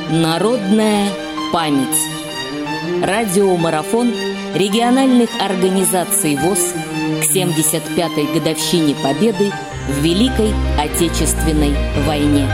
Народная память. Радиомарафон региональных организаций ВОС к 75-й годовщине Победы в Великой Отечественной войне.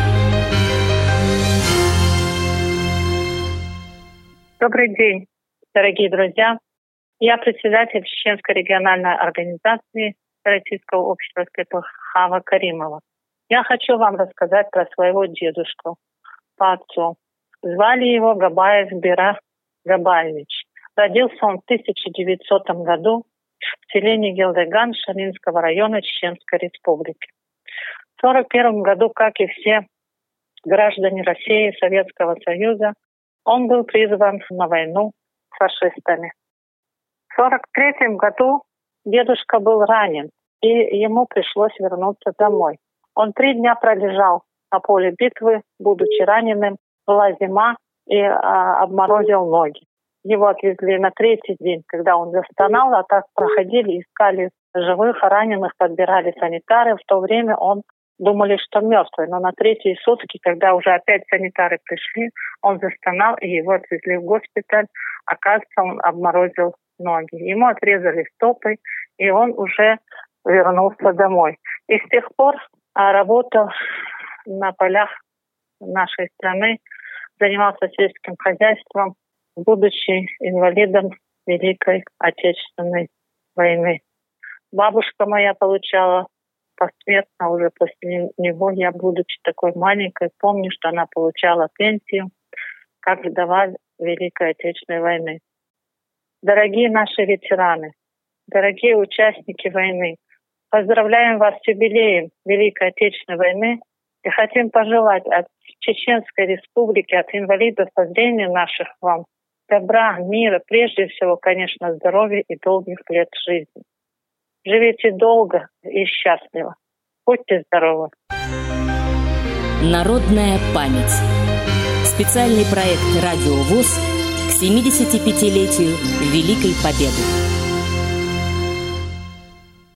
Добрый день, дорогие друзья. Я председатель Чеченской региональной организации Российского общества слепых Хава Каримова. Я хочу вам рассказать про своего дедушку по отцу. Звали его Габаев Бера Габаевич. Родился он в 1900 году в селении Гелдеган Шалинского района Чеченской Республики. В 1941 году, как и все граждане России и Советского Союза, он был призван на войну с фашистами. В 1943 году дедушка был ранен, и ему пришлось вернуться домой. Он 3 дня пролежал на поле битвы, будучи раненым. Была зима, и обморозил ноги. Его отвезли на 3-й день, когда он застонал, а так проходили, искали живых, раненых, подбирали санитары. В то время думали, что мертвый. Но на 3-й сутки, когда уже опять санитары пришли, он застонал, и его отвезли в госпиталь. Оказывается, он обморозил ноги. Ему отрезали стопы, и он уже вернулся домой. И с тех пор работал на полях нашей страны, занимался сельским хозяйством, будучи инвалидом Великой Отечественной войны. Бабушка моя получала посмертно, уже после него, я, будучи такой маленькой, помню, что она получала пенсию как вдова Великой Отечественной войны. Дорогие наши ветераны, дорогие участники войны, поздравляем вас с юбилеем Великой Отечественной войны и хотим пожелать от Чеченской Республики, от инвалидов по зрению наших вам добра, мира, прежде всего, конечно, здоровья и долгих лет жизни. Живите долго и счастливо. Будьте здоровы. Народная память. Специальный проект «Радио ВОС» к 75-летию Великой Победы.